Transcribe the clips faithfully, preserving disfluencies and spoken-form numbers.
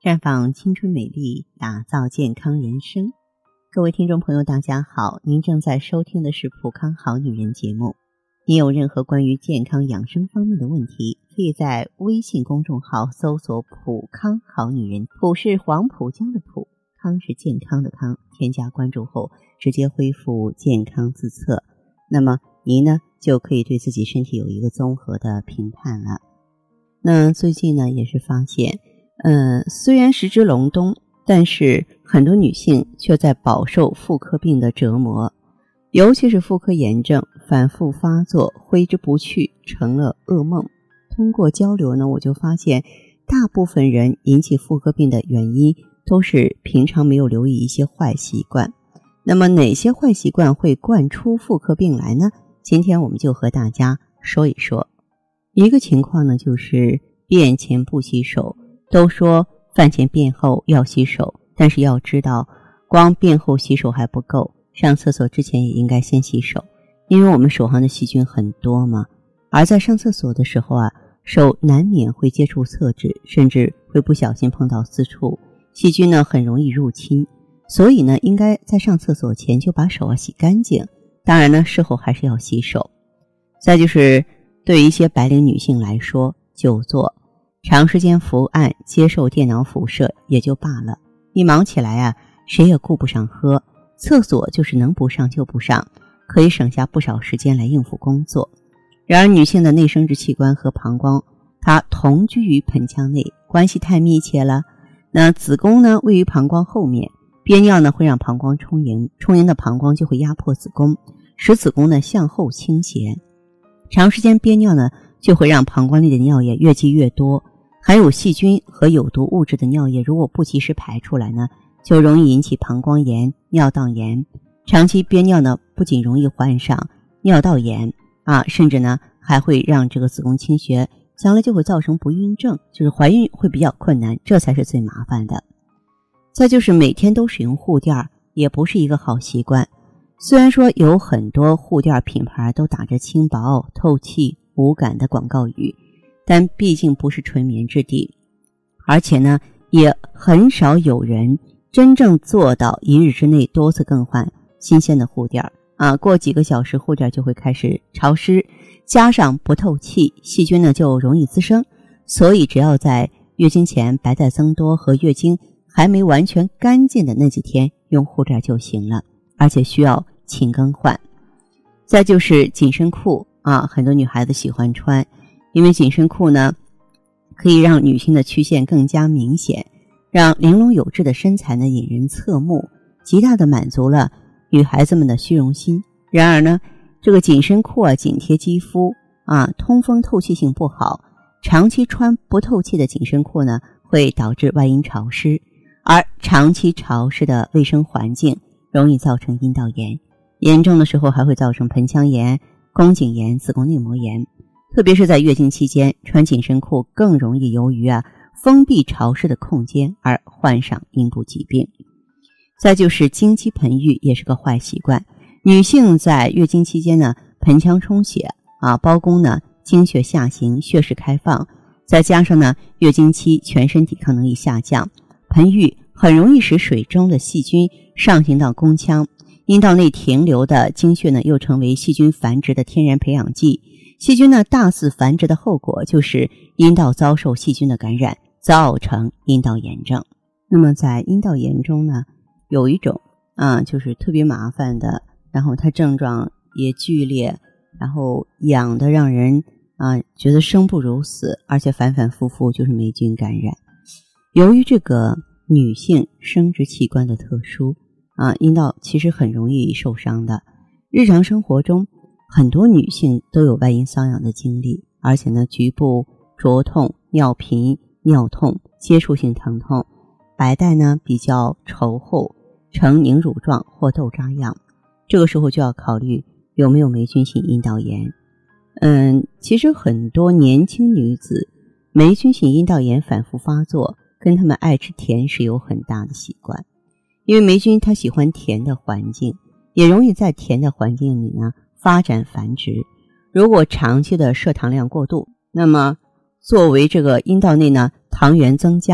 绽放青春美丽，打造健康人生。各位听众朋友大家好，您正在收听的是普康好女人节目。您有任何关于健康养生方面的问题，可以在微信公众号搜索普康好女人，普是黄浦江的普，康是健康的康，添加关注后直接恢复健康自测，那么您呢就可以对自己身体有一个综合的评判了。那最近呢也是发现呃，虽然时值隆冬，但是很多女性却在饱受妇科病的折磨，尤其是妇科炎症反复发作，挥之不去，成了噩梦。通过交流呢，我就发现大部分人引起妇科病的原因都是平常没有留意一些坏习惯。那么哪些坏习惯会惯出妇科病来呢？今天我们就和大家说一说。一个情况呢，就是便前不洗手。都说饭前便后要洗手，但是要知道光便后洗手还不够，上厕所之前也应该先洗手，因为我们手上的细菌很多嘛，而在上厕所的时候啊，手难免会接触厕纸，甚至会不小心碰到私处，细菌呢很容易入侵，所以呢应该在上厕所前就把手啊洗干净，当然呢事后还是要洗手。再就是对于一些白领女性来说，久坐长时间伏案接受电脑辐射也就罢了，一忙起来啊，谁也顾不上喝，厕所就是能不上就不上，可以省下不少时间来应付工作。然而女性的内生殖器官和膀胱它同居于盆腔内，关系太密切了。那子宫呢位于膀胱后面，憋尿呢会让膀胱充盈，充盈的膀胱就会压迫子宫，使子宫呢向后倾斜。长时间憋尿呢就会让膀胱里的尿液越积越多，含有细菌和有毒物质的尿液如果不及时排出来呢，就容易引起膀胱炎、尿道炎。长期憋尿呢，不仅容易患上尿道炎啊，甚至呢还会让这个子宫倾斜，将来就会造成不孕症，就是怀孕会比较困难，这才是最麻烦的。再就是每天都使用护垫也不是一个好习惯。虽然说有很多护垫品牌都打着轻薄、透气、无感的广告语，但毕竟不是纯棉质地，而且呢也很少有人真正做到一日之内多次更换新鲜的护垫啊，过几个小时护垫就会开始潮湿，加上不透气，细菌呢就容易滋生，所以只要在月经前白带增多和月经还没完全干净的那几天用护垫就行了，而且需要勤更换。再就是紧身裤啊，很多女孩子喜欢穿，因为紧身裤呢可以让女性的曲线更加明显，让玲珑有致的身材呢引人侧目，极大的满足了女孩子们的虚荣心。然而呢这个紧身裤啊紧贴肌肤啊，通风透气性不好，长期穿不透气的紧身裤呢会导致外阴潮湿，而长期潮湿的卫生环境容易造成阴道炎，严重的时候还会造成盆腔炎、宫颈炎、子宫内膜炎。特别是在月经期间，穿紧身裤更容易由于啊封闭潮湿的空间而患上阴部疾病。再就是经期盆浴也是个坏习惯，女性在月经期间呢，盆腔充血啊，包宫呢经血下行，血势开放，再加上呢月经期全身抵抗能力下降，盆浴很容易使水中的细菌上行到宫腔，阴道内停留的经血呢又成为细菌繁殖的天然培养剂，细菌呢大肆繁殖的后果就是阴道遭受细菌的感染，造成阴道炎症。那么在阴道炎中呢，有一种啊就是特别麻烦的，然后它症状也剧烈，然后痒的让人啊觉得生不如死，而且反反复复，就是霉菌感染。由于这个女性生殖器官的特殊啊，阴道其实很容易受伤的。日常生活中很多女性都有外阴瘙痒的经历，而且呢局部灼痛、尿频、尿痛、接触性疼痛，白带呢比较稠厚，呈凝乳状或豆渣样，这个时候就要考虑有没有霉菌性阴道炎。嗯，其实很多年轻女子霉菌性阴道炎反复发作，跟她们爱吃甜食有很大的习惯。因为霉菌它喜欢甜的环境，也容易在甜的环境里呢发展繁殖。如果长期的摄糖量过度，那么作为这个阴道内呢糖原增加，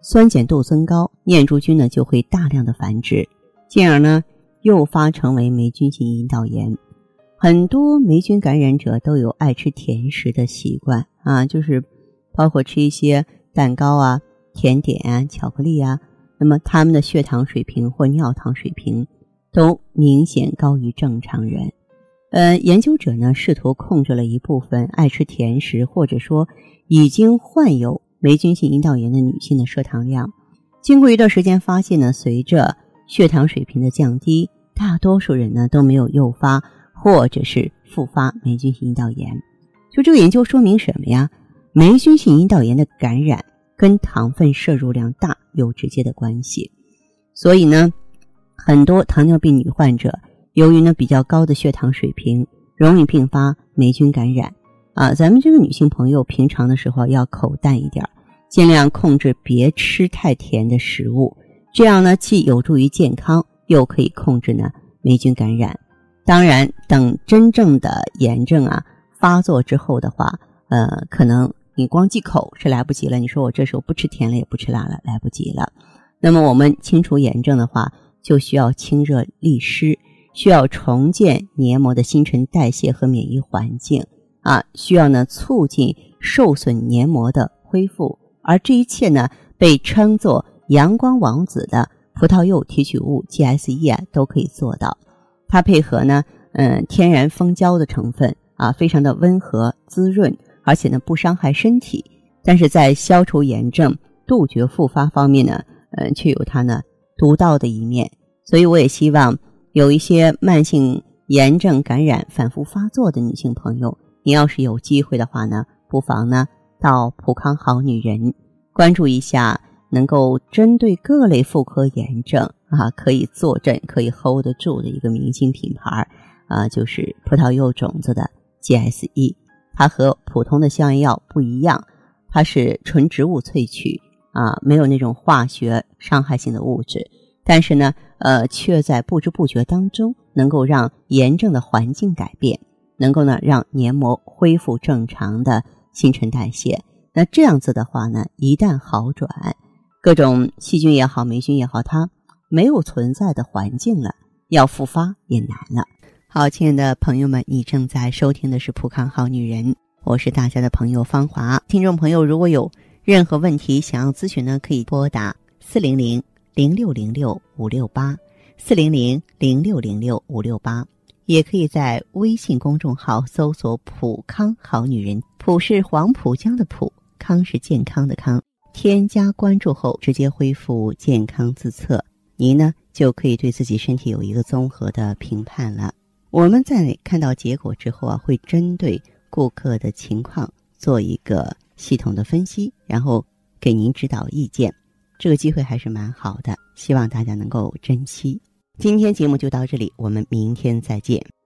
酸碱度增高，念珠菌呢就会大量的繁殖，进而呢诱发成为霉菌性阴道炎。很多霉菌感染者都有爱吃甜食的习惯啊，就是包括吃一些蛋糕啊、甜点啊、巧克力啊，那么他们的血糖水平或尿糖水平都明显高于正常人。呃，研究者呢试图控制了一部分爱吃甜食或者说已经患有霉菌性阴道炎的女性的摄糖量。经过一段时间发现呢，随着血糖水平的降低，大多数人呢都没有诱发或者是复发霉菌性阴道炎。就这个研究说明什么呀？霉菌性阴道炎的感染跟糖分摄入量大有直接的关系。所以呢，很多糖尿病女患者由于呢比较高的血糖水平，容易并发霉菌感染啊。咱们这个女性朋友平常的时候要口淡一点，尽量控制别吃太甜的食物，这样呢既有助于健康，又可以控制呢霉菌感染。当然，等真正的炎症啊发作之后的话，呃，可能你光忌口是来不及了。你说我这时候不吃甜了也不吃辣了，来不及了。那么我们清除炎症的话，就需要清热利湿，需要重建黏膜的新陈代谢和免疫环境啊，需要呢促进受损黏膜的恢复。而这一切呢，被称作阳光王子的葡萄柚提取物 G S E 啊，都可以做到。它配合呢，嗯，天然蜂胶的成分啊，非常的温和滋润，而且呢不伤害身体。但是在消除炎症、杜绝复发方面呢，嗯，却有它呢独到的一面。所以我也希望有一些慢性炎症感染反复发作的女性朋友，你要是有机会的话呢，不妨呢到普康好女人关注一下，能够针对各类妇科炎症啊，可以坐镇可以 hold 得住的一个明星品牌啊，就是葡萄柚种子的 G S E。 它和普通的消炎药不一样，它是纯植物萃取啊，没有那种化学伤害性的物质，但是呢呃，却在不知不觉当中能够让炎症的环境改变，能够呢让黏膜恢复正常的新陈代谢。那这样子的话呢，一旦好转，各种细菌也好，霉菌也好，它没有存在的环境了，要复发也难了。好，亲爱的朋友们，你正在收听的是普康好女人，我是大家的朋友芳华。听众朋友如果有任何问题想要咨询呢，可以拨打四零零零六零六五六八 四零零零六零六五六八，也可以在微信公众号搜索普康好女人，普是黄浦江的浦，康是健康的康，添加关注后直接恢复健康自测，您呢就可以对自己身体有一个综合的评判了。我们在看到结果之后啊，会针对顾客的情况做一个系统的分析，然后给您指导意见。这个机会还是蛮好的，希望大家能够珍惜。今天节目就到这里，我们明天再见。